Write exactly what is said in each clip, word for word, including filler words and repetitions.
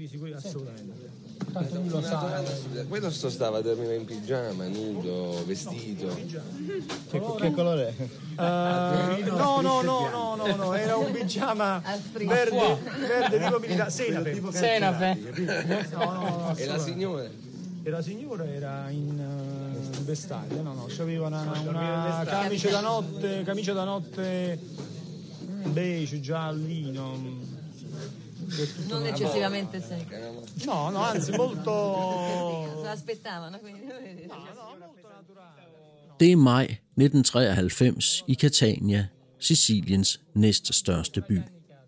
sì, quello assolutamente. Tanto lui lo sa. Quello stava dormiva in pigiama, nudo, vestito. Che, che colore è? Uh, no, no, no, no, no, no, era un pigiama verde, verde tipo militare, senape. Senape. No, no, no. E la signora? E la signora era in uh, vestaglia, no, no, c'aveva una, una camicia da notte, camicia da notte beige, giallino. Non eccessivamente secca. No, no, anzi molto... Se l'aspettavano, quindi... No, no, molto naturale. Det er maj nitten treoghalvfems i Catania, Siciliens næststørste by.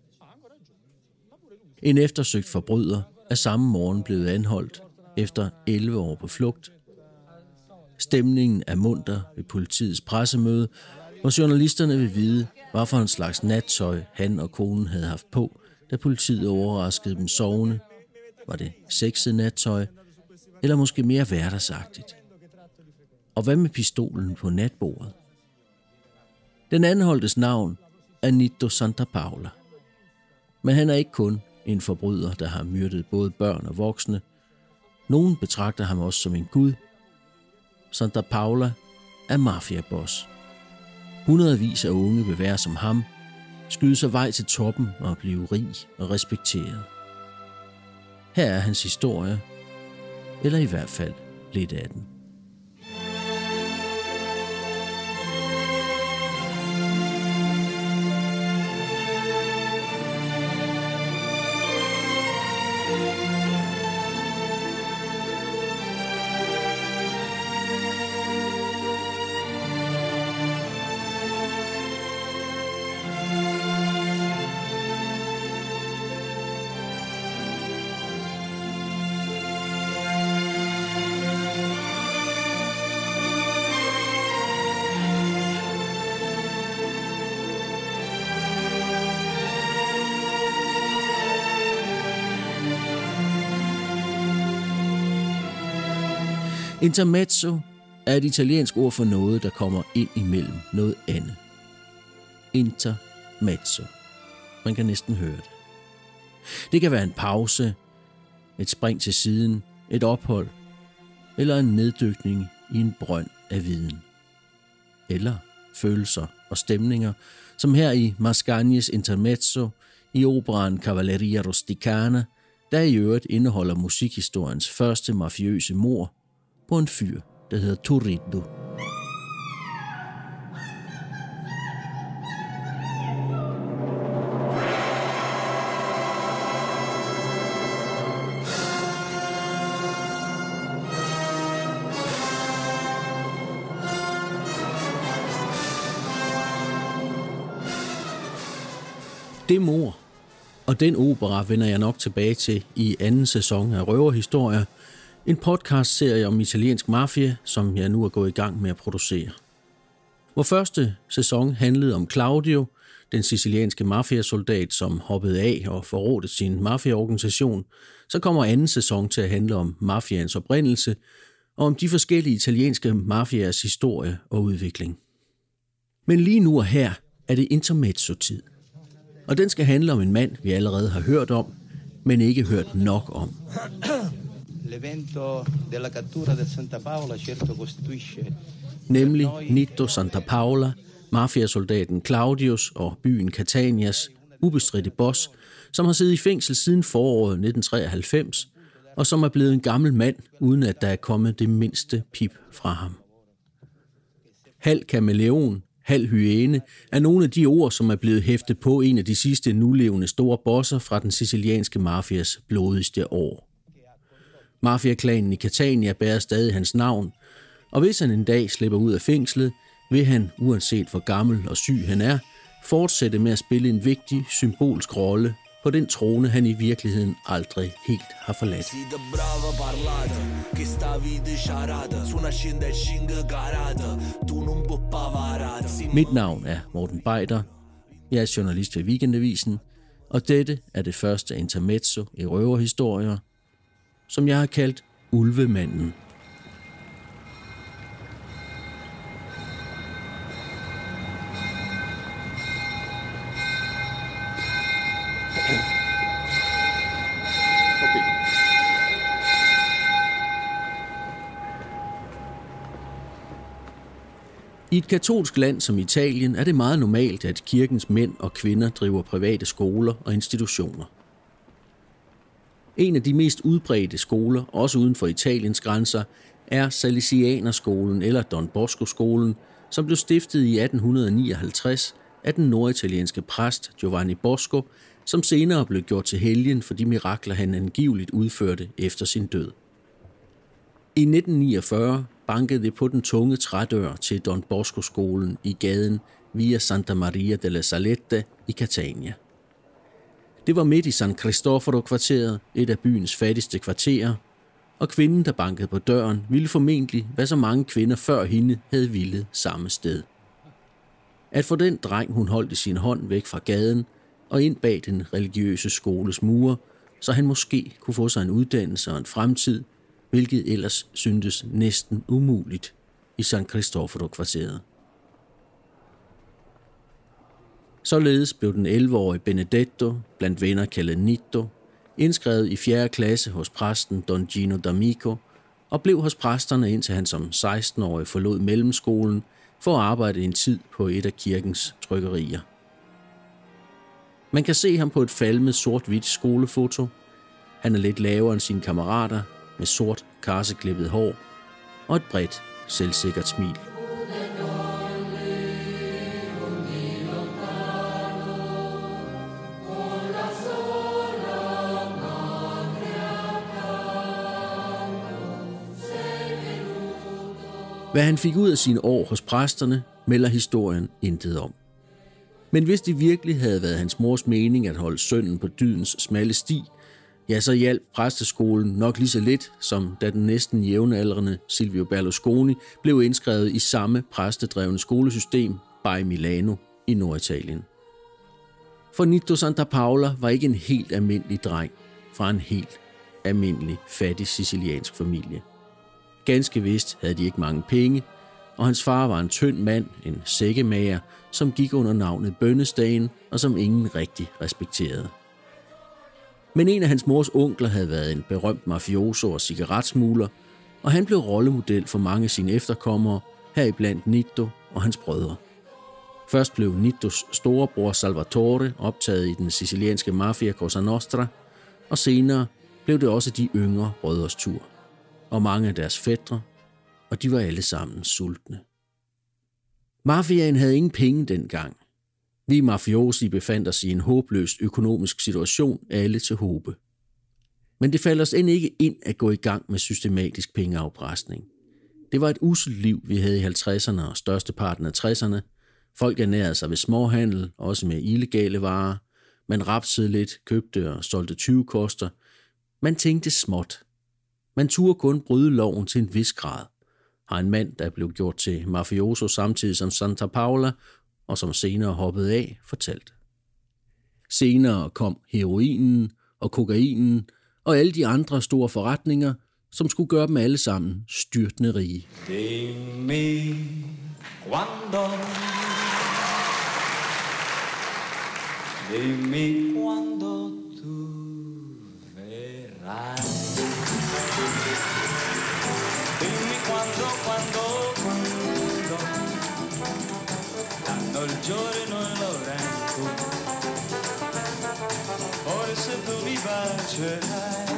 En eftersøgt forbryder er samme morgen blevet anholdt efter elleve år på flugt. Stemningen er munter ved politiets pressemøde, hvor journalisterne vil vide, hvad for en slags nattøj han og konen havde haft på, da politiet overraskede dem sovende. Var det sexet nattøj, eller måske mere hverdagsagtigt? Og hvad med pistolen på natbordet? Den anholdtes navn er Nitto Santapaula. Men han er ikke kun en forbryder, der har myrdet både børn og voksne. Nogen betragter ham også som en gud. Santapaula er mafiaboss. Hundredvis af unge vil være som ham, skyde sig vej til toppen og blive rig og respekteret. Her er hans historie, eller i hvert fald lidt af den. Intermezzo er et italiensk ord for noget, der kommer ind imellem noget andet. Intermezzo. Man kan næsten høre det. Det kan være en pause, et spring til siden, et ophold, eller en neddykning i en brønd af viden. Eller følelser og stemninger, som her i Mascagnis Intermezzo i operaen Cavalleria Rusticana, der i øvrigt indeholder musikhistoriens første mafiøse mord på en fyr, der hedder Turiddu. Det mord og den opera vender jeg nok tilbage til i anden sæson af Røverhistorier, en podcastserie om italiensk mafia, som jeg nu er gået i gang med at producere. Hvor første sæson handlede om Claudio, den sicilianske mafiasoldat, som hoppede af og forrådte sin mafiaorganisation, så kommer anden sæson til at handle om mafiaens oprindelse og om de forskellige italienske mafias historie og udvikling. Men lige nu og her er det intermezzo-tid. Og den skal handle om en mand, vi allerede har hørt om, men ikke hørt nok om. L'evento della cattura del Santa Paola certo costituisce Nemlig Nitto Santapaula, mafiasoldaten Claudius og byen Catanias ubestridte boss, som har siddet i fængsel siden foråret nitten treoghalvfems, og som er blevet en gammel mand, uden at der er kommet det mindste pip fra ham. Halv kameleon, halv hyæne er nogle af de ord, som er blevet hæftet på en af de sidste nulevende store bosser fra den sicilianske mafias blodigste år. Mafiaklanen i Catania bærer stadig hans navn, og hvis han en dag slipper ud af fængslet, vil han, uanset hvor gammel og syg han er, fortsætte med at spille en vigtig symbolsk rolle på den trone, han i virkeligheden aldrig helt har forladt. Mit navn er Morten Beider. Jeg er journalist ved Weekendavisen, og dette er det første intermezzo i Røverhistorier, som jeg har kaldt Ulvemanden. Okay. I et katolsk land som Italien er det meget normalt, at kirkens mænd og kvinder driver private skoler og institutioner. En af de mest udbredte skoler, også uden for Italiens grænser, er Salesianerskolen eller Don Bosco-skolen, som blev stiftet i atten nioghalvtreds af den norditalienske præst Giovanni Bosco, som senere blev gjort til helgen for de mirakler, han angiveligt udførte efter sin død. I nitten niogfyrre bankede det på den tunge trædør til Don Bosco-skolen i gaden Via Santa Maria della Saletta i Catania. Det var midt i San Cristoforo-kvarteret, et af byens fattigste kvarterer, og kvinden, der bankede på døren, ville formentlig, hvad så mange kvinder før hende havde villet samme sted. At få den dreng, hun holdt i sin hånd, væk fra gaden og ind bag den religiøse skoles mure, så han måske kunne få sig en uddannelse og en fremtid, hvilket ellers syntes næsten umuligt i San Cristoforo-kvarteret. Således blev den elleve-årige Benedetto, blandt venner kaldet Nitto, indskrevet i fjerde klasse hos præsten Don Gino D'Amico og blev hos præsterne, indtil han som seksten-årig forlod mellemskolen for at arbejde en tid på et af kirkens trykkerier. Man kan se ham på et falmet sort-hvidt skolefoto. Han er lidt lavere end sine kammerater, med sort, karseklippet hår og et bredt, selvsikkert smil. Hvad han fik ud af sine år hos præsterne, melder historien intet om. Men hvis det virkelig havde været hans mors mening at holde sønnen på dydens smalle sti, ja, så hjalp præsteskolen nok lige så lidt, som da den næsten jævnaldrende Silvio Berlusconi blev indskrevet i samme præstedrevne skolesystem, bare i Milano i Norditalien. For Nitto Santapaola var ikke en helt almindelig dreng fra en helt almindelig fattig siciliansk familie. Ganske vist havde de ikke mange penge, og hans far var en tynd mand, en sækkemager, som gik under navnet Bønnestagen, og som ingen rigtig respekterede. Men en af hans mors onkler havde været en berømt mafioso og cigaretsmugler, og han blev rollemodel for mange af sine efterkommere, heriblandt Nitto og hans brødre. Først blev Nittos storebror Salvatore optaget i den sicilianske mafia Cosa Nostra, og senere blev det også de yngre brødres tur, og mange af deres fætre, og de var alle sammen sultne. Mafiaen havde ingen penge dengang. Vi mafiosi befandt os i en håbløs økonomisk situation, alle til håbe. Men det faldt os end ikke ind at gå i gang med systematisk pengeafpresning. Det var et usselt liv, vi havde i halvtredserne og størsteparten af tresserne. Folk ernærede sig ved småhandel, også med illegale varer. Man rapsede lidt, købte og solgte tyvekoster. Man tænkte småt. Man turde kun bryde loven til en vis grad, har en mand, der blev gjort til mafioso samtidig som Santapaola, og som senere hoppede af, fortalt. Senere kom heroinen og kokainen og alle de andre store forretninger, som skulle gøre dem alle sammen styrtende rige. Dimmi quando, dimmi quando tu verrai. Dimmi quando, quando, quando, danno il giorno e l'orecchio, forse tu mi bacerai.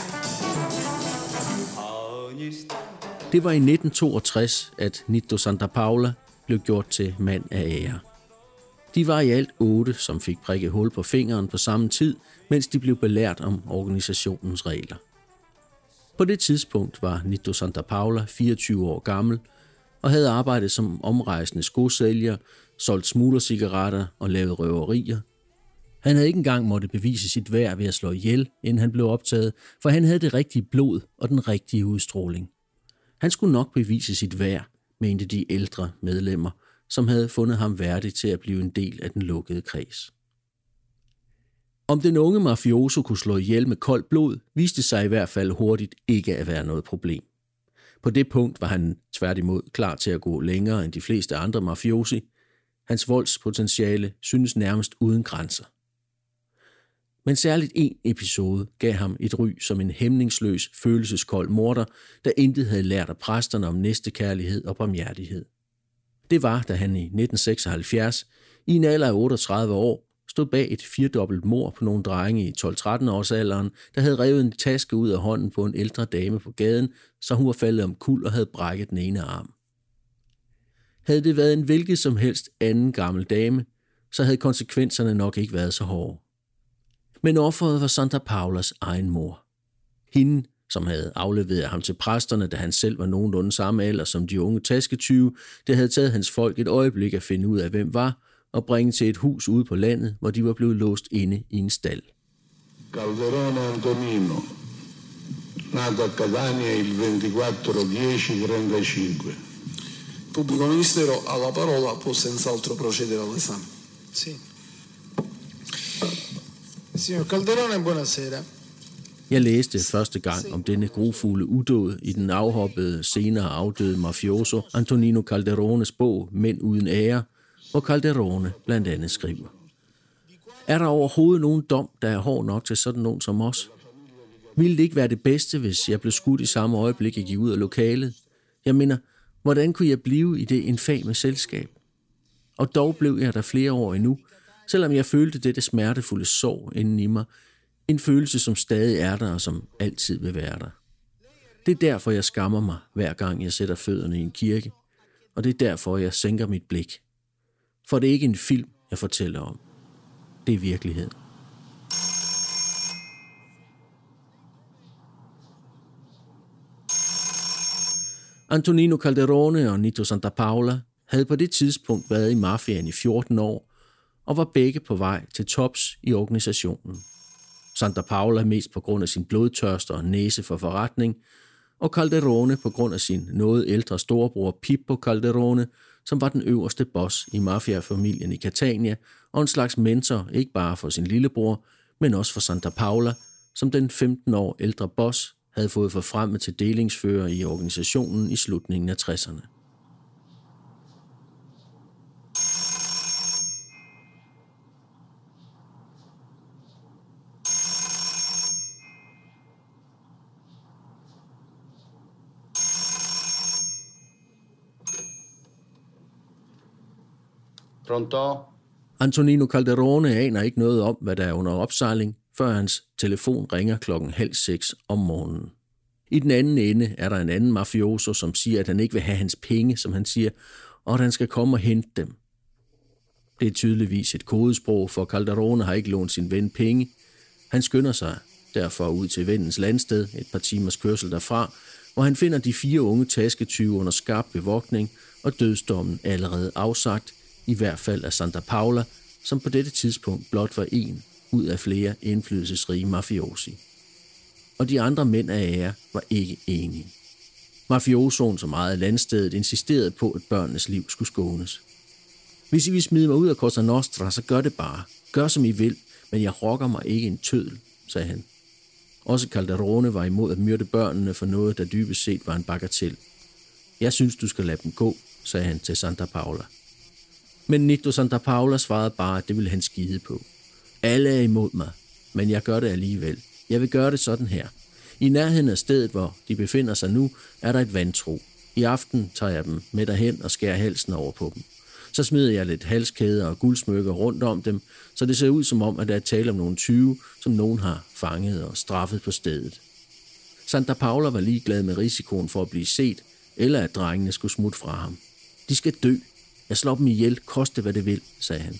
Ogni istante. Det var i nitten toogtres, at Nitto Santapaola blev gjort til mand af ære. De var i alt otte, som fik prikket hul på fingeren på samme tid, mens de blev belært om organisationens regler. På det tidspunkt var Nitto Santapaola fireogtyve år gammel og havde arbejdet som omrejsende skosælger, solgt smuglercigaretter og lavet røverier. Han havde ikke engang måtte bevise sit værd ved at slå ihjel, inden han blev optaget, for han havde det rigtige blod og den rigtige udstråling. Han skulle nok bevise sit værd, mente de ældre medlemmer, som havde fundet ham værdig til at blive en del af den lukkede kreds. Om den unge mafioso kunne slå ihjel med koldt blod, viste sig i hvert fald hurtigt ikke at være noget problem. På det punkt var han tværtimod klar til at gå længere end de fleste andre mafiosi. Hans voldspotentiale synes nærmest uden grænser. Men særligt en episode gav ham et ry som en hæmningsløs, følelseskold morder, der intet havde lært af præsterne om næstekærlighed og barmhjertighed. Det var, da han i nitten seksoghalvfjerds, i en alder af otteogtredive år, stod bag et firdobbelt mord på nogle drenge i tolv-tretten års alderen, der havde revet en taske ud af hånden på en ældre dame på gaden, så hun var faldet omkuld og havde brækket den ene arm. Havde det været en hvilket som helst anden gammel dame, så havde konsekvenserne nok ikke været så hårde. Men offeret var Santa Paulas egen mor. Hende, som havde afleveret ham til præsterne, da han selv var nogenlunde samme alder som de unge tasketyve, det havde taget hans folk et øjeblik at finde ud af, hvem var, og bringe til et hus ude på landet, hvor de var blevet låst inde i en stald. Calderone Antonino, nato a Catania il ventiquattro dieci trentacinque. Pubblico Ministero ha la parola, può senz'altro procedere all'esame. Sì. Signor Calderone, buonasera. Jeg læste første gang om denne grufulde udåd i den afhoppede, senere afdøde mafioso Antonino Calderones bog Mænd uden ære, hvor Calderone blandt andet skriver: Er der overhovedet nogen dom, der er hård nok til sådan nogen som os? Ville det ikke være det bedste, hvis jeg blev skudt i samme øjeblik, jeg gik ud af lokalet? Jeg mener, hvordan kunne jeg blive i det infame selskab? Og dog blev jeg der flere år endnu, selvom jeg følte dette smertefulde sorg inden i mig. En følelse, som stadig er der og som altid vil være der. Det er derfor, jeg skammer mig, hver gang jeg sætter fødderne i en kirke. Og det er derfor, jeg sænker mit blik. For det er ikke en film, jeg fortæller om. Det er virkeligheden. Antonino Calderone og Nito Santa Paula havde på det tidspunkt været i mafiaen i fjorten år, og var begge på vej til tops i organisationen. Santa Paula mest på grund af sin blodtørst og næse for forretning, og Calderone på grund af sin noget ældre storebror Pippo Calderone, som var den øverste boss i mafiafamilien i Catania, og en slags mentor ikke bare for sin lillebror, men også for Santa Paula, som den femten år ældre boss havde fået forfremmet til delingsfører i organisationen i slutningen af tresserne. Pronto? Antonino Calderone aner ikke noget om, hvad der er under opsejling, før hans telefon ringer klokken halv seks om morgenen. I den anden ende er der en anden mafioso, som siger, at han ikke vil have hans penge, som han siger, og at han skal komme og hente dem. Det er tydeligvis et kodesprog, for Calderone har ikke lånt sin ven penge. Han skynder sig derfor ud til vennens landsted, et par timers kørsel derfra, hvor han finder de fire unge tasketyve under skarp bevogtning og dødsdommen allerede afsagt, i hvert fald af Santa Paula, som på dette tidspunkt blot var en ud af flere indflydelsesrige mafiosi. Og de andre mænd af ære var ikke enige. Mafiosoen, som ejede landstedet, insisterede på, at børnenes liv skulle skånes. Hvis I vil smide mig ud af Cosa Nostra, så gør det bare. Gør som I vil, men jeg rokker mig ikke en tødel, sagde han. Også Calderone var imod at myrde børnene for noget, der dybest set var en bagatel. Jeg synes, du skal lade dem gå, sagde han til Santa Paula. Men Nito Santa Paula svarede bare, at det ville han skide på. Alle er imod mig, men jeg gør det alligevel. Jeg vil gøre det sådan her. I nærheden af stedet, hvor de befinder sig nu, er der et vandtro. I aften tager jeg dem med derhen og skærer halsen over på dem. Så smider jeg lidt halskæder og guldsmykker rundt om dem, så det ser ud som om, at der er tale om nogle tyve, som nogen har fanget og straffet på stedet. Santa Paula var ligeglad med risikoen for at blive set, eller at drengene skulle smutte fra ham. De skal dø. Jeg slår dem ihjel, koste hvad det vil, sagde han.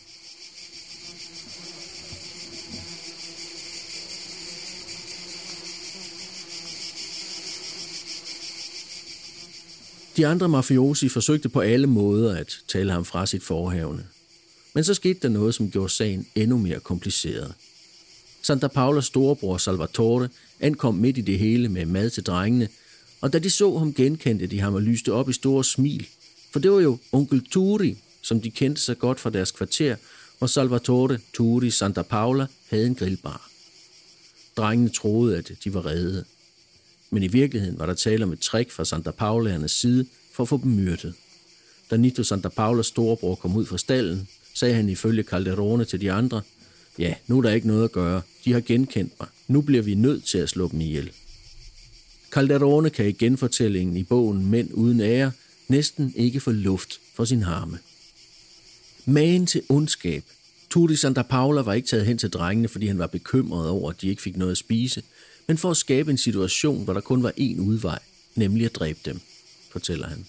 De andre mafiosi forsøgte på alle måder at tale ham fra sit forhavne. Men så skete der noget, som gjorde sagen endnu mere kompliceret. Santa Paulas storebror Salvatore ankom midt i det hele med mad til drengene, og da de så ham, genkendte de ham og lyste op i store smil. For det var jo onkel Turi, som de kendte så godt fra deres kvarter, og Salvatore Turi Santa Paula havde en grillbar. Drengene troede, at de var redde. Men i virkeligheden var der tale om et trick fra Santa Paulaernes side for at få dem myrdet. Da Nito Santa Paulas storebror kom ud fra stallen, sagde han ifølge Calderone til de andre, ja, nu er der ikke noget at gøre. De har genkendt mig. Nu bliver vi nødt til at slå dem ihjel. Calderone kan i genfortællingen i bogen Mænd uden ære næsten ikke få luft, for sin harme. Magen til ondskab. Tutti Santa Paula var ikke taget hen til drengene, fordi han var bekymret over, at de ikke fik noget at spise, men for at skabe en situation, hvor der kun var én udvej, nemlig at dræbe dem, fortæller han.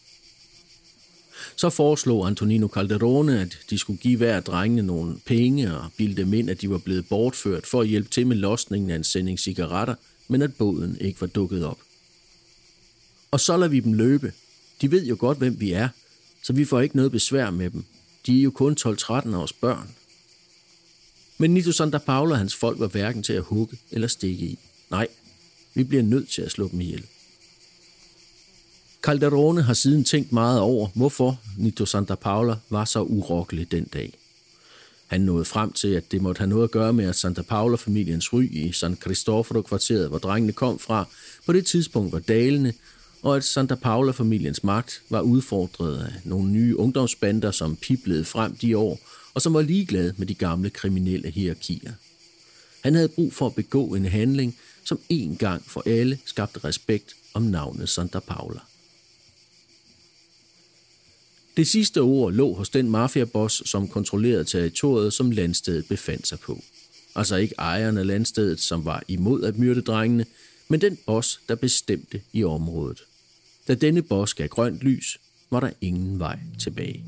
Så foreslog Antonino Calderone, at de skulle give hver af drengene nogle penge og bilde dem ind, at de var blevet bortført for at hjælpe til med losningen af en sending cigaretter, men at båden ikke var dukket op. Og så lader vi dem løbe. De ved jo godt, hvem vi er, så vi får ikke noget besvær med dem. De er jo kun tolv tretten års børn. Men Nito Santa Paula og hans folk var hverken til at hugge eller stikke i. Nej, vi bliver nødt til at slå dem ihjel. Calderone har siden tænkt meget over, hvorfor Nito Santa Paula var så urokkelig den dag. Han nåede frem til, at det måtte have noget at gøre med, at Santa Paula-familiens ry i San Cristoforo-kvarteret, hvor drengene kom fra, på det tidspunkt var dalende, og at Santa Paula-familiens magt var udfordret af nogle nye ungdomsbander, som piblede frem de år, og som var ligeglade med de gamle kriminelle hierarkier. Han havde brug for at begå en handling, som en gang for alle skabte respekt om navnet Santa Paula. Det sidste ord lå hos den mafiaboss, som kontrollerede territoriet, som landstedet befandt sig på. Altså ikke ejeren af landstedet, som var imod at myrde drengene, men den boss, der bestemte i området. Da denne boss gav grønt lys, var der ingen vej tilbage.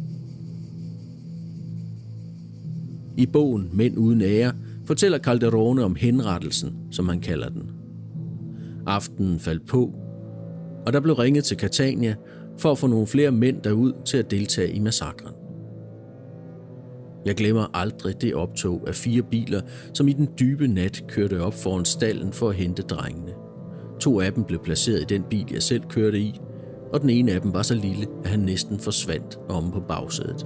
I bogen Mænd uden ære fortæller Calderone om henrettelsen, som han kalder den. Aftenen faldt på, og der blev ringet til Catania for at få nogle flere mænd derud til at deltage i massakren. Jeg glemmer aldrig det optog af fire biler, som i den dybe nat kørte op foran stallen for at hente drengene. To af dem blev placeret i den bil, jeg selv kørte i, og den ene af dem var så lille, at han næsten forsvandt omme på bagsædet.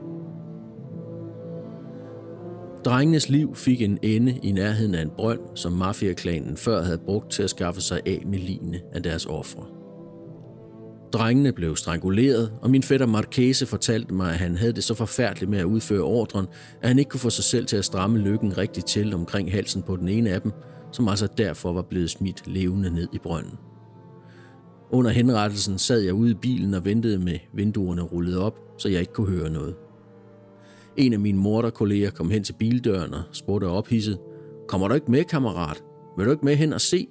Drengenes liv fik en ende i nærheden af en brønd, som mafiaklanen før havde brugt til at skaffe sig af med ligene af deres ofre. Drengene blev stranguleret, og min fætter Marchese fortalte mig, at han havde det så forfærdeligt med at udføre ordren, at han ikke kunne få sig selv til at stramme lykken rigtigt til omkring halsen på den ene af dem, som altså derfor var blevet smidt levende ned i brønden. Under henrettelsen sad jeg ude i bilen og ventede med vinduerne rullet op, så jeg ikke kunne høre noget. En af mine morderkolleger kom hen til bildøren og spurgte ophidset: "Kommer du ikke med, kammerat? Vil du ikke med hen og se?"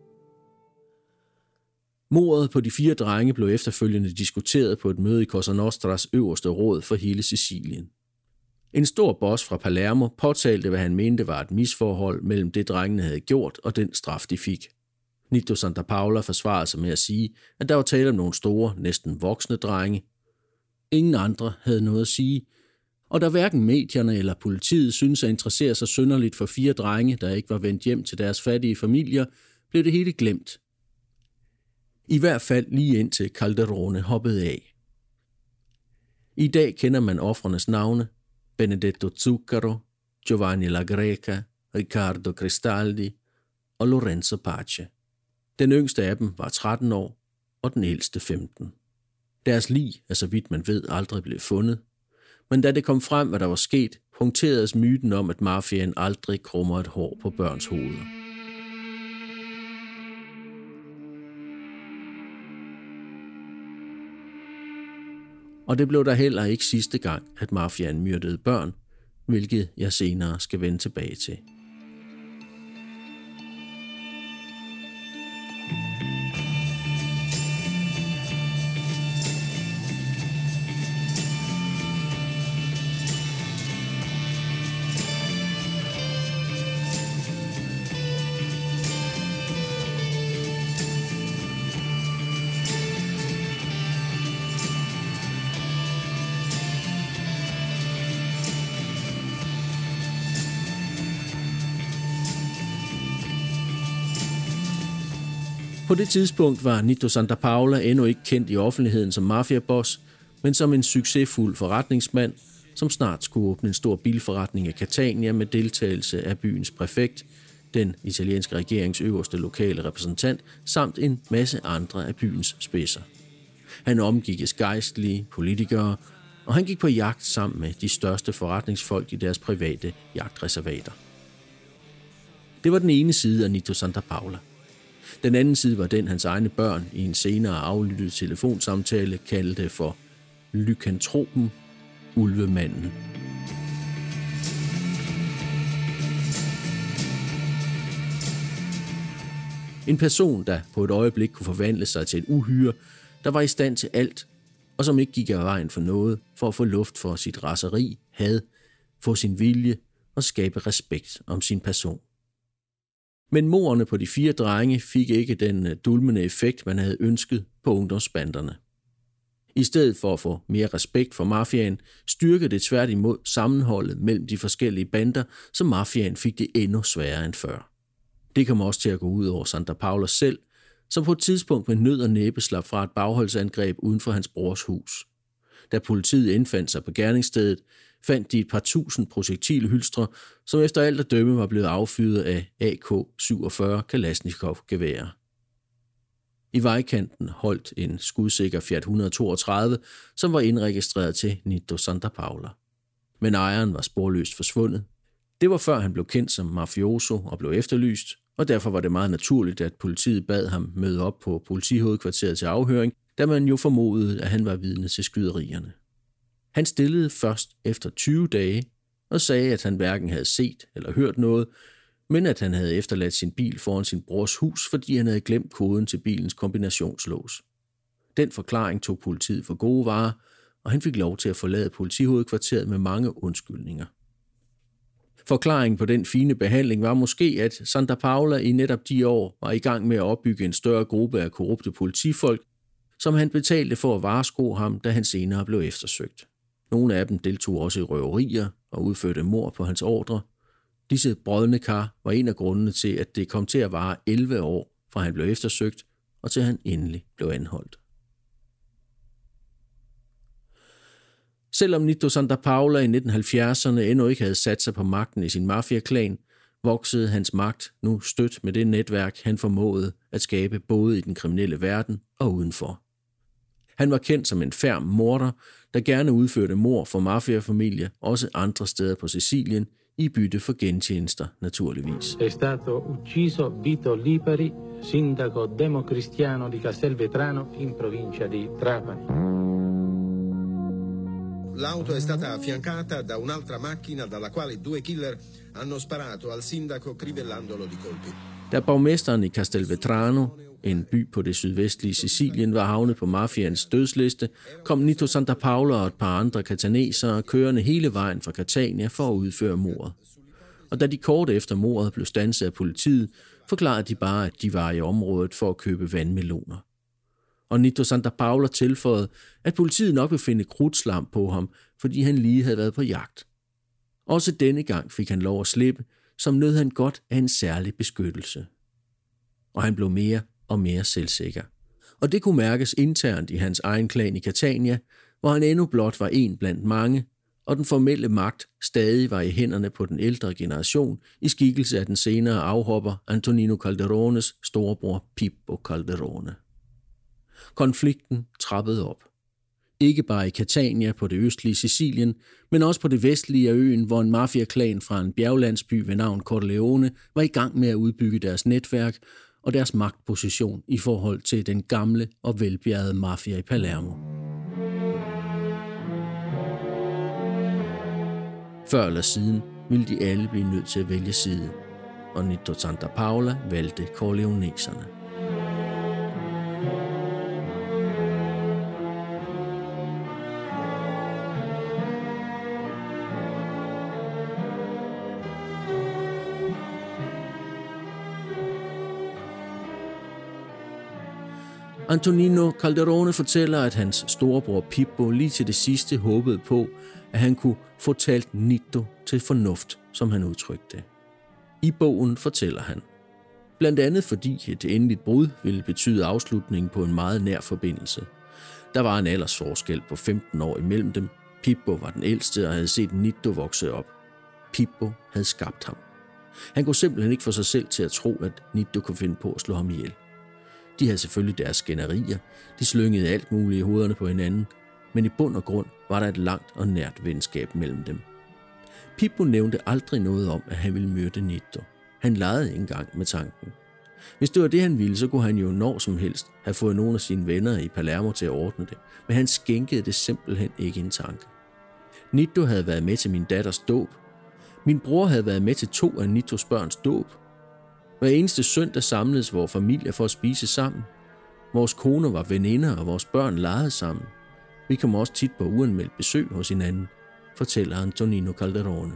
Mordet på de fire drenge blev efterfølgende diskuteret på et møde i Cosa Nostras øverste råd for hele Sicilien. En stor boss fra Palermo påtalte, hvad han mente var et misforhold mellem det, drengene havde gjort, og den straf, de fik. Nito Santa Paula forsvarede sig med at sige, at der var tale om nogle store, næsten voksne drenge. Ingen andre havde noget at sige, og da hverken medierne eller politiet syntes at interessere sig synderligt for fire drenge, der ikke var vendt hjem til deres fattige familier, blev det hele glemt. I hvert fald lige indtil Calderone hoppede af. I dag kender man ofrenes navne: Benedetto Zuccaro, Giovanni La Greca, Riccardo Cristaldi og Lorenzo Pace. Den yngste af dem var tretten år, og den ældste femten. Deres lig er, så vidt man ved, aldrig blev fundet, men da det kom frem, hvad der var sket, punkteredes myten om, at mafiaen aldrig krummer et hår på børns hoveder. Og det blev der heller ikke sidste gang, at mafiaen myrdede børn, hvilket jeg senere skal vende tilbage til. På det tidspunkt var Nito Santa Paula endnu ikke kendt i offentligheden som mafiaboss, men som en succesfuld forretningsmand, som snart skulle åbne en stor bilforretning i Catania med deltagelse af byens præfekt, den italienske regerings øverste lokale repræsentant, samt en masse andre af byens spidser. Han omgikkes gejstlige, politikere, og han gik på jagt sammen med de største forretningsfolk i deres private jagtreservater. Det var den ene side af Nito Santa Paula. Den anden side var den, hans egne børn i en senere aflyttet telefonsamtale kaldte for lykantropen, ulvemanden. En person, der på et øjeblik kunne forvandle sig til et uhyre, der var i stand til alt, og som ikke gik af vejen for noget, for at få luft for sit raseri, had, få sin vilje og skabe respekt om sin person. Men mordene på de fire drenge fik ikke den dulmende effekt, man havde ønsket på ungdomsbanderne. I stedet for at få mere respekt for mafiaen, styrkede det tværtimod sammenholdet mellem de forskellige bander, så mafiaen fik det endnu sværere end før. Det kom også til at gå ud over Santa Paula selv, som på et tidspunkt med nød og næppe slap fra et bagholdsangreb uden for hans brors hus. Da politiet indfandt sig på gerningsstedet, fandt de et par tusind projektilhylstre, som efter alt at dømme var blevet affyret af A K syvogfyrre Kalashnikov-geværer. I vejkanten holdt en skudsikker Fiat et hundrede og toogtredive, som var indregistreret til Nitto Santa Paula. Men ejeren var sporløst forsvundet. Det var før han blev kendt som mafioso og blev efterlyst, og derfor var det meget naturligt, at politiet bad ham møde op på politihovedkvarteret til afhøring, da man jo formodede, at han var vidne til skyderierne. Han stillede først efter tyve dage og sagde, at han hverken havde set eller hørt noget, men at han havde efterladt sin bil foran sin brors hus, fordi han havde glemt koden til bilens kombinationslås. Den forklaring tog politiet for gode varer, og han fik lov til at forlade politihovedkvarteret med mange undskyldninger. Forklaringen på den fine behandling var måske, at Santa Paula i netop de år var i gang med at opbygge en større gruppe af korrupte politifolk, som han betalte for at varesko ham, da han senere blev eftersøgt. Nogle af dem deltog også i røverier og udførte mord på hans ordre. Disse brodne kar var en af grundene til, at det kom til at vare elleve år, fra han blev eftersøgt, og til han endelig blev anholdt. Selvom Nitto Santa Paula i nitten halvfjerdserne endnu ikke havde sat sig på magten i sin mafiaklan, voksede hans magt nu stødt med det netværk, han formåede at skabe både i den kriminelle verden og udenfor. Han var kendt som en ferm morder, der gerne udførte mord for mafiafamilier, også andre steder på Sicilien, i bytte for gentjenester naturligvis. È stato ucciso Vito Lipari, sindaco democristiano di Castelvetrano in provincia di Trapani. L'auto è stata affiancata da un'altra macchina dalla quale due killer hanno sparato al sindaco crivellandolo di colpi. Da borgmesteren i Castelvetrano, en by på det sydvestlige Sicilien, var havnet på mafians dødsliste, kom Nitto Santa Paula og et par andre katanesere kørende hele vejen fra Catania for at udføre mordet. Og da de kort efter mordet blev standset af politiet, forklarede de bare, at de var i området for at købe vandmeloner. Og Nitto Santa Paula tilføjede, at politiet nok vil finde krudtslam på ham, fordi han lige havde været på jagt. Også denne gang fik han lov at slippe, som nød han godt af en særlig beskyttelse. Og han blev mere og mere selvsikker. Og det kunne mærkes internt i hans egen klan i Catania, hvor han endnu blot var en blandt mange, og den formelle magt stadig var i hænderne på den ældre generation i skikkelse af den senere afhopper Antonino Calderones storebror Pippo Calderone. Konflikten trappede op. Ikke bare i Catania på det østlige Sicilien, men også på det vestlige af øen, hvor en mafiaklan fra en bjerglandsby ved navn Corleone var i gang med at udbygge deres netværk og deres magtposition i forhold til den gamle og velbjærgede mafia i Palermo. Før eller siden ville de alle blive nødt til at vælge side, og Nitto Santa Paula valgte corleoneserne. Antonino Calderone fortæller, at hans storebror Pippo lige til det sidste håbede på, at han kunne få talt Nitto til fornuft, som han udtrykte det. I bogen fortæller han, blandt andet fordi et endeligt brud ville betyde afslutningen på en meget nær forbindelse. Der var en aldersforskel på femten år imellem dem. Pippo var den ældste og havde set Nitto vokse op. Pippo havde skabt ham. Han kunne simpelthen ikke få sig selv til at tro, at Nitto kunne finde på at slå ham ihjel. De havde selvfølgelig deres skænderier, de slyngede alt muligt i hovederne på hinanden, men i bund og grund var der et langt og nært venskab mellem dem. Pippo nævnte aldrig noget om, at han ville myrde Nitto. Han legede ikke engang med tanken. Hvis det var det, han ville, så kunne han jo når som helst have fået nogle af sine venner i Palermo til at ordne det, men han skænkede det simpelthen ikke en tanke. Nitto havde været med til min datters dåb. Min bror havde været med til to af Nittos børns dåb. Hver eneste søndag samledes vores familier for at spise sammen. Vores koner var veninder, og vores børn legede sammen. Vi kom også tit på uanmeldt besøg hos hinanden, fortæller Antonino Calderone.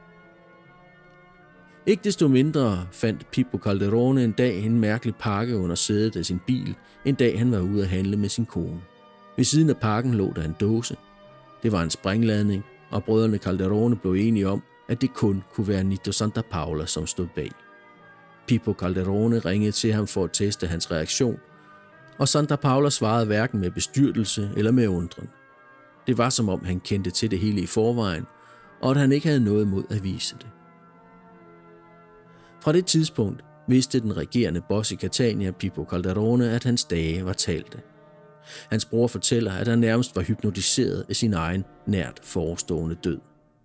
Ikke desto mindre fandt Pippo Calderone en dag en mærkelig pakke under sædet af sin bil, en dag han var ude at handle med sin kone. Ved siden af pakken lå der en dåse. Det var en sprængladning, og brødrene Calderone blev enige om, at det kun kunne være Nitto Santa Paula, som stod bag. Pippo Calderone ringede til ham for at teste hans reaktion, og Santa Paula svarede hverken med bestyrtelse eller med undren. Det var som om han kendte til det hele i forvejen, og at han ikke havde noget imod at vise det. Fra det tidspunkt vidste den regerende boss i Catania, Pippo Calderone, at hans dage var talte. Hans bror fortæller, at han nærmest var hypnotiseret af sin egen nært forestående død.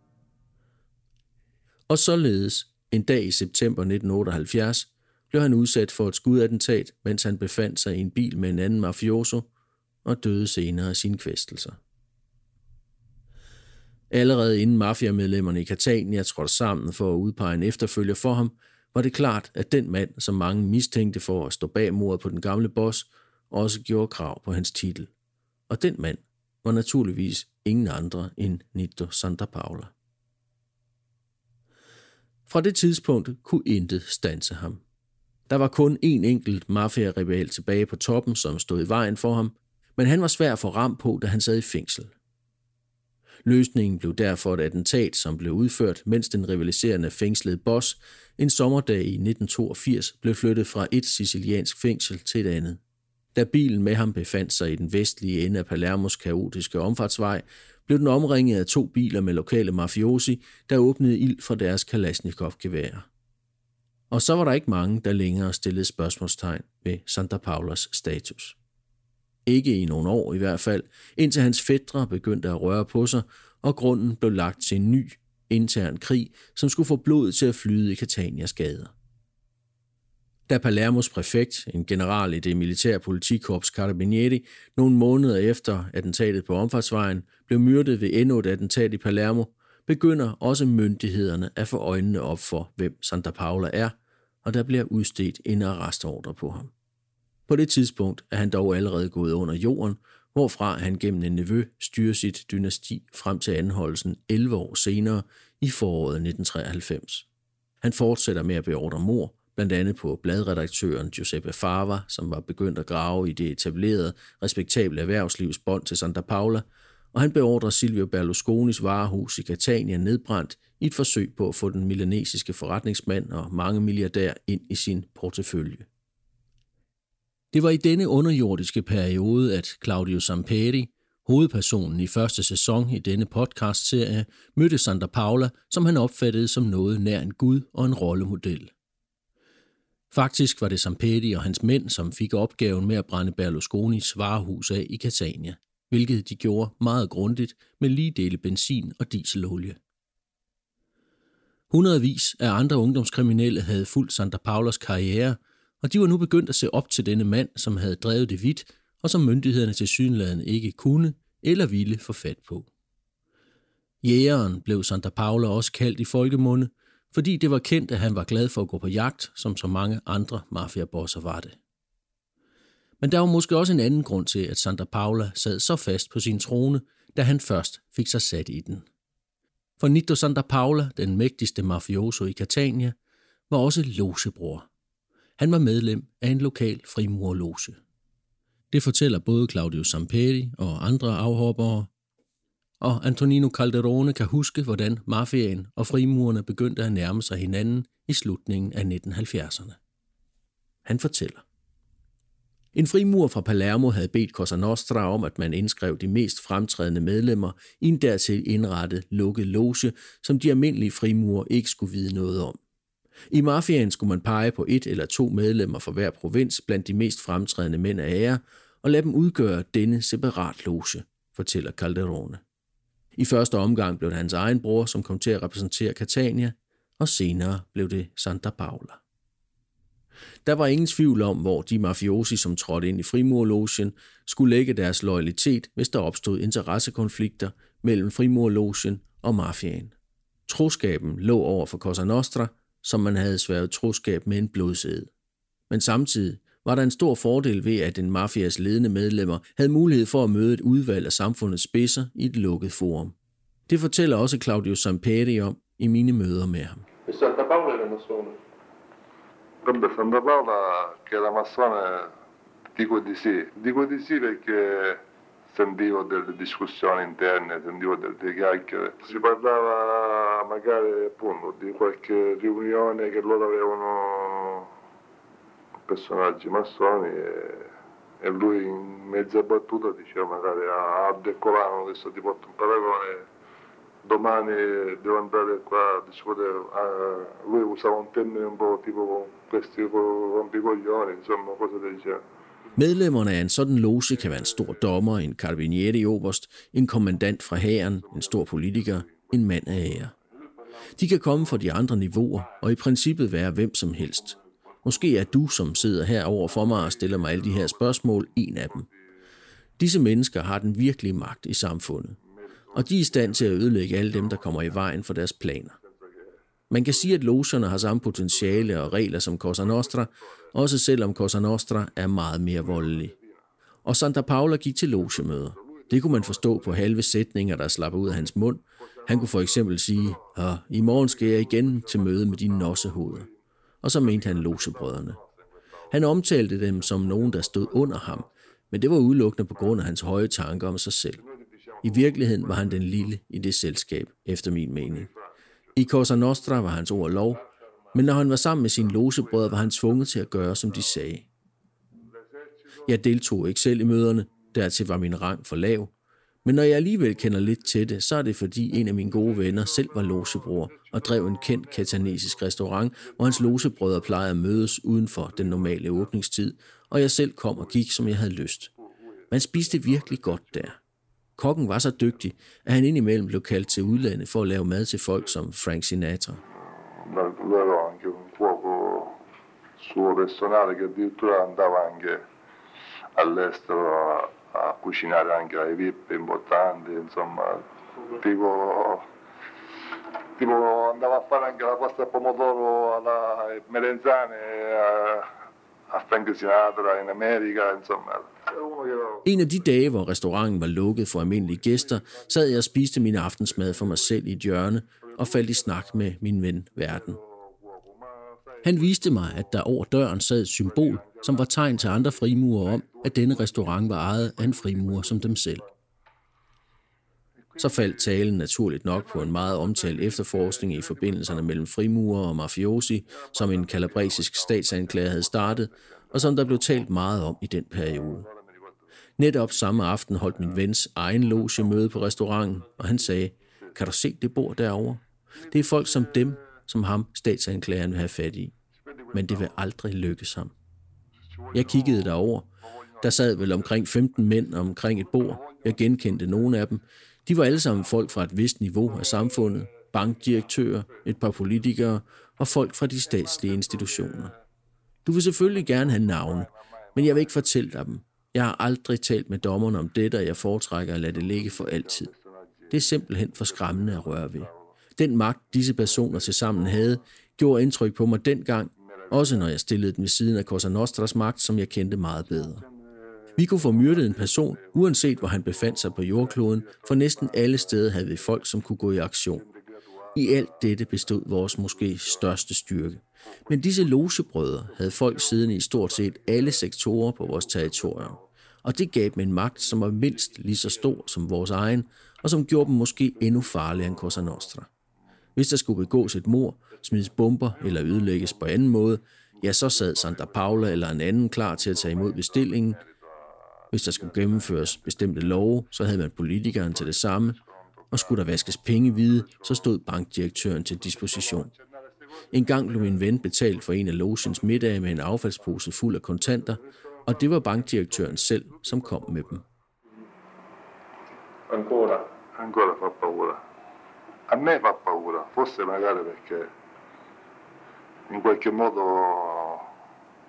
Og således, en dag i september nitten otteoghalvfjerds, blev han udsat for et skudattentat, mens han befandt sig i en bil med en anden mafioso, og døde senere af sine kvæstelser. Allerede inden mafiamedlemmerne i Catania trådte sammen for at udpege en efterfølger for ham, var det klart, at den mand, som mange mistænkte for at stå bag mordet på den gamle boss, også gjorde krav på hans titel. Og den mand var naturligvis ingen andre end Nitto Santa Paula. Fra det tidspunkt kunne intet standse ham. Der var kun én enkelt mafia-rebel tilbage på toppen, som stod i vejen for ham, men han var svær at få ram på, da han sad i fængsel. Løsningen blev derfor et attentat, som blev udført, mens den rivaliserende fængslede boss en sommerdag i nitten toogfirs blev flyttet fra et siciliansk fængsel til et andet. Da bilen med ham befandt sig i den vestlige ende af Palermos kaotiske omfartsvej, blev den omringet af to biler med lokale mafiosi, der åbnede ild fra deres Kalashnikov-geværer. Og så var der ikke mange, der længere stillede spørgsmålstegn ved Santa Paulas status. Ikke i nogle år i hvert fald, indtil hans fætre begyndte at røre på sig, og grunden blev lagt til en ny, intern krig, som skulle få blodet til at flyde i Catanias gader. Da Palermos præfekt, en general i det militære politikorps Carabinieri, nogle måneder efter attentatet på omfartsvejen, blev myrdet ved endnu et attentat i Palermo, begynder også myndighederne at få øjnene op for, hvem Santa Paula er, og der bliver udstedt en arrestordre på ham. På det tidspunkt er han dog allerede gået under jorden, hvorfra han gennem en nevø styrer sit dynasti frem til anholdelsen elleve år senere i foråret nitten treoghalvfems. Han fortsætter med at beordre mord, blandt andet på bladredaktøren Giuseppe Fava, som var begyndt at grave i det etablerede, respektable erhvervslivs bånd til Santa Paula, og han beordrer Silvio Berlusconis varehus i Catania nedbrændt i et forsøg på at få den milanesiske forretningsmand og mange milliardær ind i sin portefølje. Det var i denne underjordiske periode, at Claudio Samperi, hovedpersonen i første sæson i denne podcastserie, mødte Santa Paula, som han opfattede som noget nær en gud og en rollemodel. Faktisk var det Samperi og hans mænd, som fik opgaven med at brænde Berlusconis varehus af i Catania, hvilket de gjorde meget grundigt med lige dele benzin og dieselolie. Hundredvis af andre ungdomskriminelle havde fulgt Santa Paulas karriere, og de var nu begyndt at se op til denne mand, som havde drevet det vidt, og som myndighederne tilsyneladende ikke kunne eller ville få fat på. Jægeren blev Santa Paula også kaldt i folkemunde, fordi det var kendt, at han var glad for at gå på jagt, som så mange andre mafiabosser var det. Men der var måske også en anden grund til, at Santa Paula sad så fast på sin trone, da han først fik sig sat i den. For Nitto Santa Paula, den mægtigste mafioso i Catania, var også logebror. Han var medlem af en lokal frimurerloge. Det fortæller både Claudio Samperi og andre afhoppere, og Antonino Calderone kan huske, hvordan mafiaen og frimurerne begyndte at nærme sig hinanden i slutningen af nitten halvfjerdserne. Han fortæller: En frimur fra Palermo havde bedt Cosa Nostra om, at man indskrev de mest fremtrædende medlemmer i en dertil indrettet lukket loge, som de almindelige frimurer ikke skulle vide noget om. I mafiaen skulle man pege på et eller to medlemmer fra hver provins blandt de mest fremtrædende mænd af ære, og lade dem udgøre denne separat loge, fortæller Calderone. I første omgang blev det hans egen bror, som kom til at repræsentere Catania, og senere blev det Santa Paula. Der var ingen tvivl om, hvor de mafiosi, som trådte ind i frimurerlogen, skulle lægge deres loyalitet, hvis der opstod interessekonflikter mellem frimurerlogen og mafiaen. Troskaben lå over for Cosa Nostra, som man havde sværget troskab med en blodsæd. Men samtidig var der en stor fordel ved, at den mafias ledende medlemmer havde mulighed for at møde et udvalg af samfundets spidser i et lukket forum. Det fortæller også Claudio Samperi om i mine møder med ham. Santa Paola era massone? Vabbè, Santa Paola che era massone dico di sì, dico di sì perché sentivo delle discussioni interne, sentivo delle chiacchiere. Si parlava magari appunto di qualche riunione che loro avevano personaggi massoni e, e lui in mezza battuta diceva magari a Abdecolano, adesso ti porto un paragone, domani devo andare qua a discutere, uh, lui usava un termine un po' tipo questi rompicoglioni, insomma cose del genere. Medlemmerne af en sådan loge kan være en stor dommer, en carabinieri oberst, en kommandant fra hæren, en stor politiker, en mand af ære. De kan komme fra de andre niveauer og i princippet være hvem som helst. Måske er du, som sidder her over for mig og stiller mig alle de her spørgsmål, en af dem. Disse mennesker har den virkelige magt i samfundet, og de er i stand til at ødelægge alle dem, der kommer i vejen for deres planer. Man kan sige, at logerne har samme potentiale og regler som Cosa Nostra, også selvom Cosa Nostra er meget mere voldelig. Og Santa Paola gik til logemøder. Det kunne man forstå på halve sætninger, der slapper ud af hans mund. Han kunne for eksempel sige, at i morgen skal jeg igen til møde med dine nossehoveder. Og så mente han logebrødrene. Han omtalte dem som nogen, der stod under ham, men det var udelukkende på grund af hans høje tanker om sig selv. I virkeligheden var han den lille i det selskab, efter min mening. I Cosa Nostra var hans ord lov, men når han var sammen med sine logebrødre, var han tvunget til at gøre, som de sagde. Jeg deltog ikke selv i møderne, dertil var min rang for lav, men når jeg alligevel kender lidt til det, så er det fordi en af mine gode venner selv var logebror og drev en kendt katanesisk restaurant, hvor hans logebrødre plejede at mødes uden for den normale åbningstid, og jeg selv kom og gik, som jeg havde lyst. Man spiste virkelig godt der. Kokken var så dygtig, at han indimellem blev kaldt til udlandet for at lave mad til folk som Frank Sinatra. Lui aveva anche un cuoco suo personale che addirittura andava anche all'estero a, a cucinare anche ai V I P importanti, insomma, tipo, tipo andava a fare anche la pasta al pomodoro alla Melenzane a, a Frank Sinatra in America, insomma. En af de dage, hvor restauranten var lukket for almindelige gæster, sad jeg og spiste min aftensmad for mig selv i et hjørne og faldt i snak med min ven Verden. Han viste mig, at der over døren sad et symbol, som var tegn til andre frimurer om, at denne restaurant var ejet af en frimurer som dem selv. Så faldt talen naturligt nok på en meget omtalt efterforskning i forbindelserne mellem frimurer og mafiosi, som en kalabresisk statsanklager havde startet, og som der blev talt meget om i den periode. Netop samme aften holdt min vens egen logemøde på restauranten, og han sagde, kan du se det bord derovre? Det er folk som dem, som ham statsanklageren vil have fat i. Men det vil aldrig lykkes ham. Jeg kiggede derover. Der sad vel omkring femten mænd omkring et bord. Jeg genkendte nogle af dem. De var alle sammen folk fra et vist niveau af samfundet, bankdirektører, et par politikere og folk fra de statslige institutioner. Du vil selvfølgelig gerne have navne, men jeg vil ikke fortælle dig dem. Jeg har aldrig talt med dommerne om dette, og jeg foretrækker at lade det ligge for altid. Det er simpelthen for skræmmende at røre ved. Den magt, disse personer tilsammen havde, gjorde indtryk på mig dengang, også når jeg stillede den ved siden af Cosa Nostras magt, som jeg kendte meget bedre. Vi kunne få myrdet en person, uanset hvor han befandt sig på jordkloden, for næsten alle steder havde vi folk, som kunne gå i aktion. I alt dette bestod vores måske største styrke. Men disse logebrødre havde folk siddende i stort set alle sektorer på vores territorium. Og det gav dem en magt, som var mindst lige så stor som vores egen, og som gjorde dem måske endnu farligere end Cosa Nostra. Hvis der skulle begås et mord, smides bomber eller ødelægges på anden måde, ja, så sad Santa Paola eller en anden klar til at tage imod bestillingen. Hvis der skulle gennemføres bestemte love, så havde man politikeren til det samme, og skulle der vaskes penge hvide, så stod bankdirektøren til disposition. En gang blev min ven betalt for en af logens middage med en affaldspose fuld af kontanter, og det var bankdirektøren selv, som kom med dem. Ancora, ancora fa paura. A me fa paura, forse magari perché in qualche modo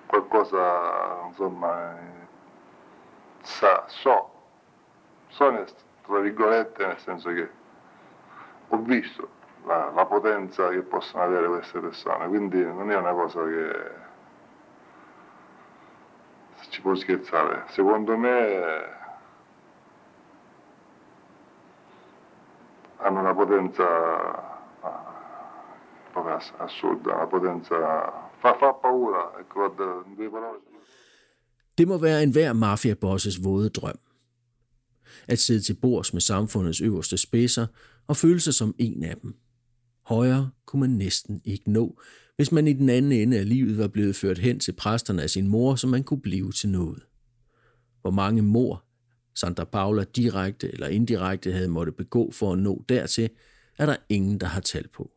qualcosa, insomma, sa, so, so tra virgolette, nel senso che ho visto la, la potenza che possono avere queste persone, quindi non è una cosa che ci può scherzare. Secondo me hanno una potenza proprio assurda, una potenza fa, fa paura, ecco, due parole. Det må være enhver mafiabosses våde drøm. At sidde til bords med samfundets øverste spidser og føle sig som en af dem. Højere kunne man næsten ikke nå, hvis man i den anden ende af livet var blevet ført hen til præsterne af sin mor, så man kunne blive til noget. Hvor mange mord Santa Paula direkte eller indirekte havde måtte begå for at nå dertil, er der ingen, der har tal på.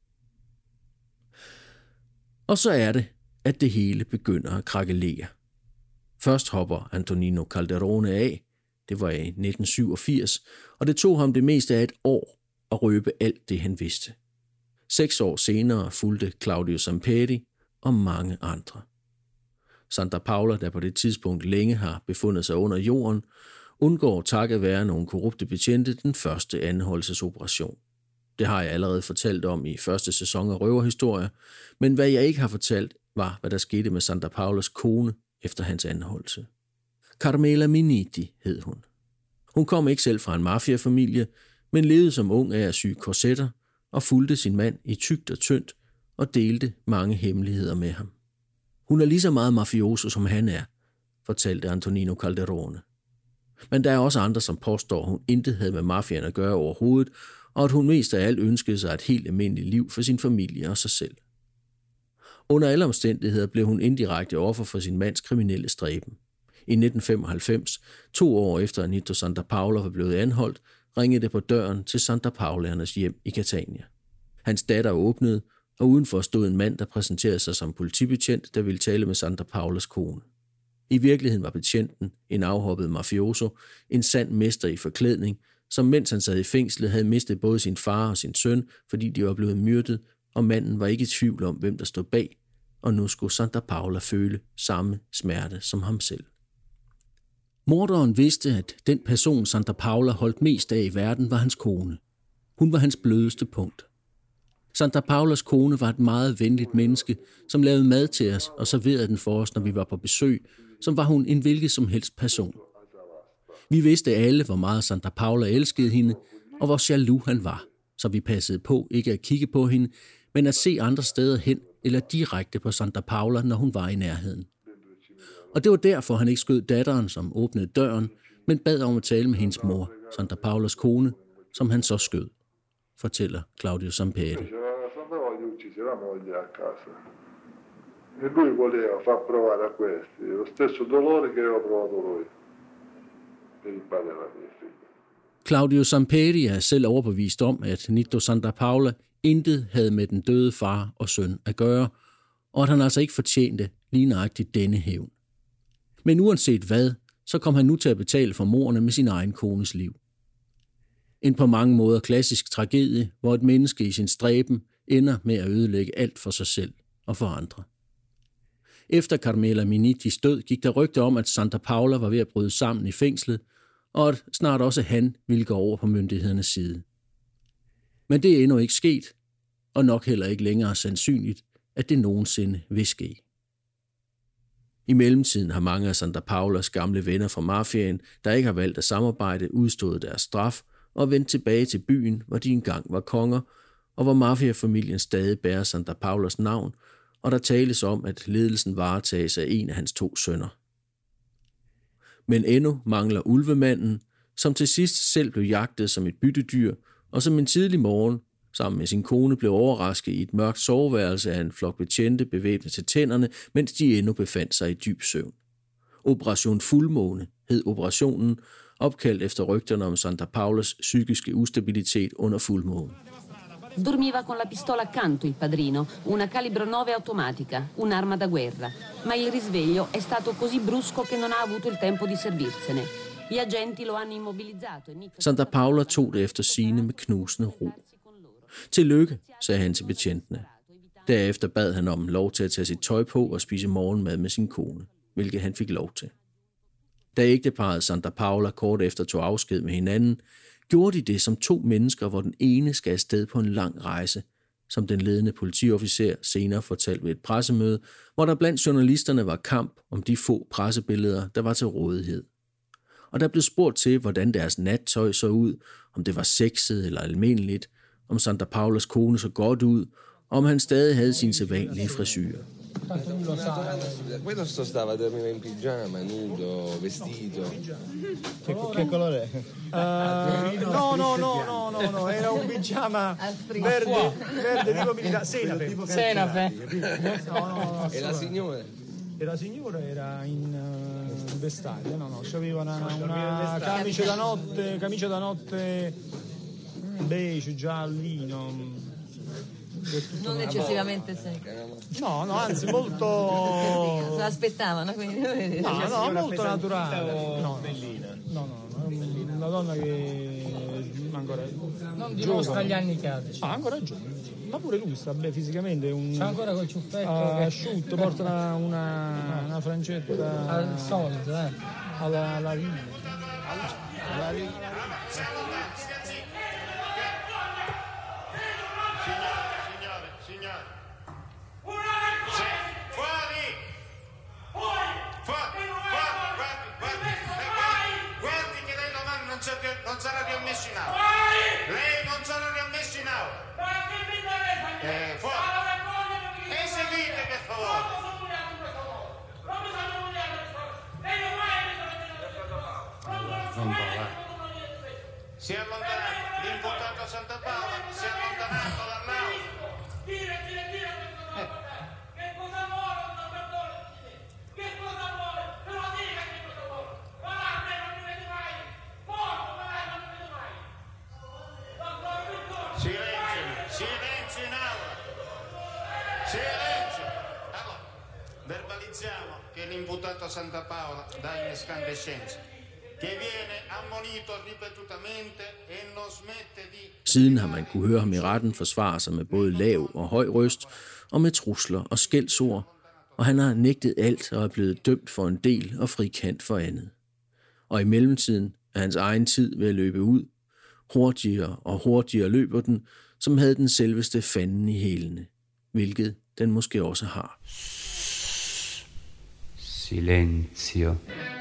Og så er det, at det hele begynder at krakelere. Først hopper Antonino Calderone af, det var i nitten syvogfirs, og det tog ham det meste af et år at røbe alt det, han vidste. Seks år senere fulgte Claudio Samperi og mange andre. Santa Paula, der på det tidspunkt længe har befundet sig under jorden, undgår takket være nogle korrupte betjente den første anholdelsesoperation. Det har jeg allerede fortalt om i første sæson af Røverhistorier, men hvad jeg ikke har fortalt, var, hvad der skete med Santa Paulas kone efter hans anholdelse. Carmela Minniti hed hun. Hun kom ikke selv fra en mafiafamilie, men levede som ung af at sy korsetter og fulgte sin mand i tykt og tyndt og delte mange hemmeligheder med ham. Hun er lige så meget mafioso, som han er, fortalte Antonino Calderone. Men der er også andre, som påstår, at hun intet havde med mafiaen at gøre overhovedet, og at hun mest af alt ønskede sig et helt almindeligt liv for sin familie og sig selv. Under alle omstændigheder blev hun indirekte offer for sin mands kriminelle stræben. I nitten femoghalvfems, to år efter Nito Santa Paula var blevet anholdt, ringede det på døren til Santa Paulaernes hjem i Catania. Hans datter åbnede, og udenfor stod en mand, der præsenterede sig som politibetjent, der ville tale med Santa Paulas kone. I virkeligheden var betjenten, en afhoppet mafioso, en sand mester i forklædning, som mens han sad i fængslet havde mistet både sin far og sin søn, fordi de var blevet myrdet, og manden var ikke i tvivl om, hvem der stod bag, og nu skulle Santa Paula føle samme smerte som ham selv. Morderen vidste, at den person, Santa Paula holdt mest af i verden, var hans kone. Hun var hans blødeste punkt. Santa Paulas kone var et meget venligt menneske, som lavede mad til os og serverede den for os, når vi var på besøg, som var hun en hvilket som helst person. Vi vidste alle, hvor meget Santa Paula elskede hende, og hvor jaloux han var, så vi passede på ikke at kigge på hende, men at se andre steder hen eller direkte på Santa Paula, når hun var i nærheden. Og det var derfor, han ikke skød datteren, som åbnede døren, men bad om at tale med hendes mor, Santa Paulas kone, som han så skød, fortæller Claudio Samperi. E lui voleva far provare a questi lo stesso dolore che aveva provato lui per il padre della mia figlia. Claudio Samperi er selv overbevist om, at Nito Santa Paula intet havde med den døde far og søn at gøre, og at han altså ikke fortjente lige nøjagtigt denne hævn. Men uanset hvad, så kom han nu til at betale for mordene med sin egen kones liv. En på mange måder klassisk tragedie, hvor et menneske i sin stræben ender med at ødelægge alt for sig selv og for andre. Efter Carmela Minnitis død gik der rygter om, at Santa Paula var ved at bryde sammen i fængslet, og at snart også han ville gå over på myndighedernes side. Men det er endnu ikke sket, og nok heller ikke længere sandsynligt, at det nogensinde vil ske. I mellemtiden har mange af Santa Paulas gamle venner fra mafiaen, der ikke har valgt at samarbejde, udstået deres straf og vendt tilbage til byen, hvor de engang var konger, og hvor mafiafamilien stadig bærer Santa Paulas navn, og der tales om, at ledelsen varetages af en af hans to sønner. Men endnu mangler ulvemanden, som til sidst selv blev jagtet som et byttedyr, og som en tidlig morgen, sammen med sin kone, blev overrasket i et mørkt soveværelse af en flok betjente bevæbnet til tænderne, mens de endnu befandt sig i dyb søvn. Operation Fuldmåne hed operationen, opkaldt efter rygterne om Santa Paulas psykiske ustabilitet under fuldmåne. Dormiva con la pistola accanto il padrino, una calibro nove automatica, un'arma da guerra. Ma il risveglio è stato così brusco che non ha avuto il tempo di servirsene. Gli agenti lo hanno immobilizzato. Santa Paula tog det efter sigende med knusende ro. Tillykke, sagde han til betjentene. Derefter bad han om lov til at tage sit tøj på og spise morgenmad med sin kone, hvilket han fik lov til. Da ægteparret Santa Paula kort efter tog afsked med hinanden, gjorde de det som to mennesker, hvor den ene skal afsted på en lang rejse, som den ledende politiofficer senere fortalte ved et pressemøde, hvor der blandt journalisterne var kamp om de få pressebilleder, der var til rådighed. Og der blev spurgt til, hvordan deres nattøj så ud, om det var sexet eller almindeligt, om Santa Paulas kone så godt ud, og om han stadig havde sin sædvanlige frisyr. Quello stava dormiva in pigiama, nudo, vestito. Che, che colore è? Uh, no, no, no, no, no, no, era un pigiama verde, verde tipo militare, senape. Senape. No, no, no. E la signora? E la signora era in uh, vestaglia, no, no, c'aveva una, una camicia da notte, camicia da notte beige, giallino. Non eccessivamente secco. No, no, anzi molto... Se l'aspettavano, quindi... No, no, molto naturale. No, no, no, una donna che ancora... Non dimostra gli anni che ha. Ah, ancora giovane. Ma pure lui sta bene fisicamente, un... C'ha ancora quel ciuffetto uh, che... asciutto, porta una, una, una francetta... Al solito, eh. Alla, alla riga. Alla riga. Non sarà riammesso in aula. Lei non sarà riammesso in aula. Eh, fuori. E seguite per favore. Si è allontanato. L'imputato Santa Paola si è allontanato dall'aula. Tira, tira, tira. Che cosa vuole? Che cosa vuole? Me lo dica che cosa vuole. Guarda, non mi vedi mai. Silenzio, silenzio in aula. Silenzio. Allora, verbalizziamo che l'imputato Santa Paola dà in escandescenza, che viene ammonito ripetutamente e non smette di... Siden har man kunne høre ham i retten forsvare sig med både lav og høj røst, og med trusler og skældsord, og han har nægtet alt og er blevet dømt for en del og frikendt for andet. Og i mellemtiden er hans egen tid ved at løbe ud. Hurtigere og hurtigere løber den, som havde den selveste fanden i hælene, hvilket den måske også har. Silenzio.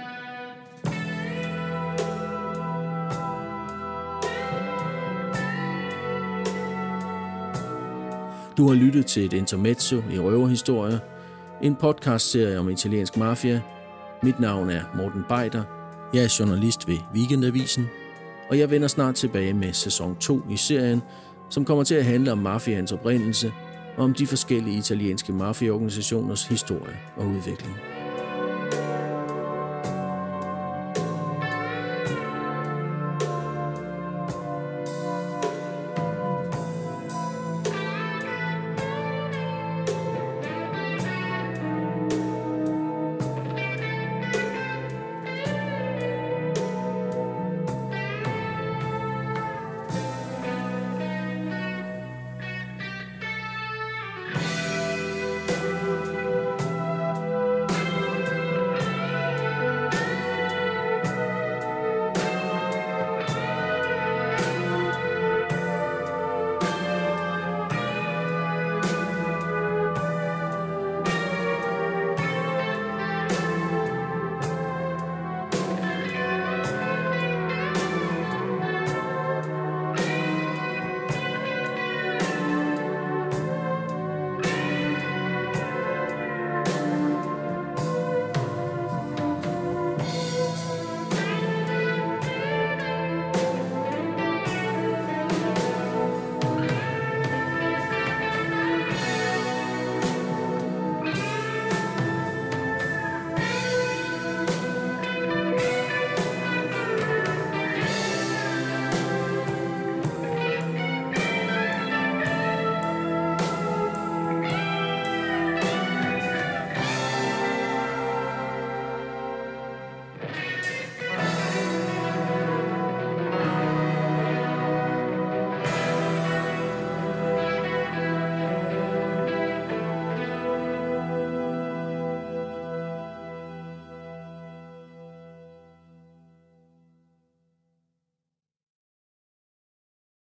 Du har lyttet til et intermezzo i Røverhistorier, en podcastserie om italiensk mafia. Mit navn er Morten Beider. Jeg er journalist ved Weekendavisen, og jeg vender snart tilbage med sæson to i serien, som kommer til at handle om mafiaens oprindelse og om de forskellige italienske mafiaorganisationers historie og udvikling.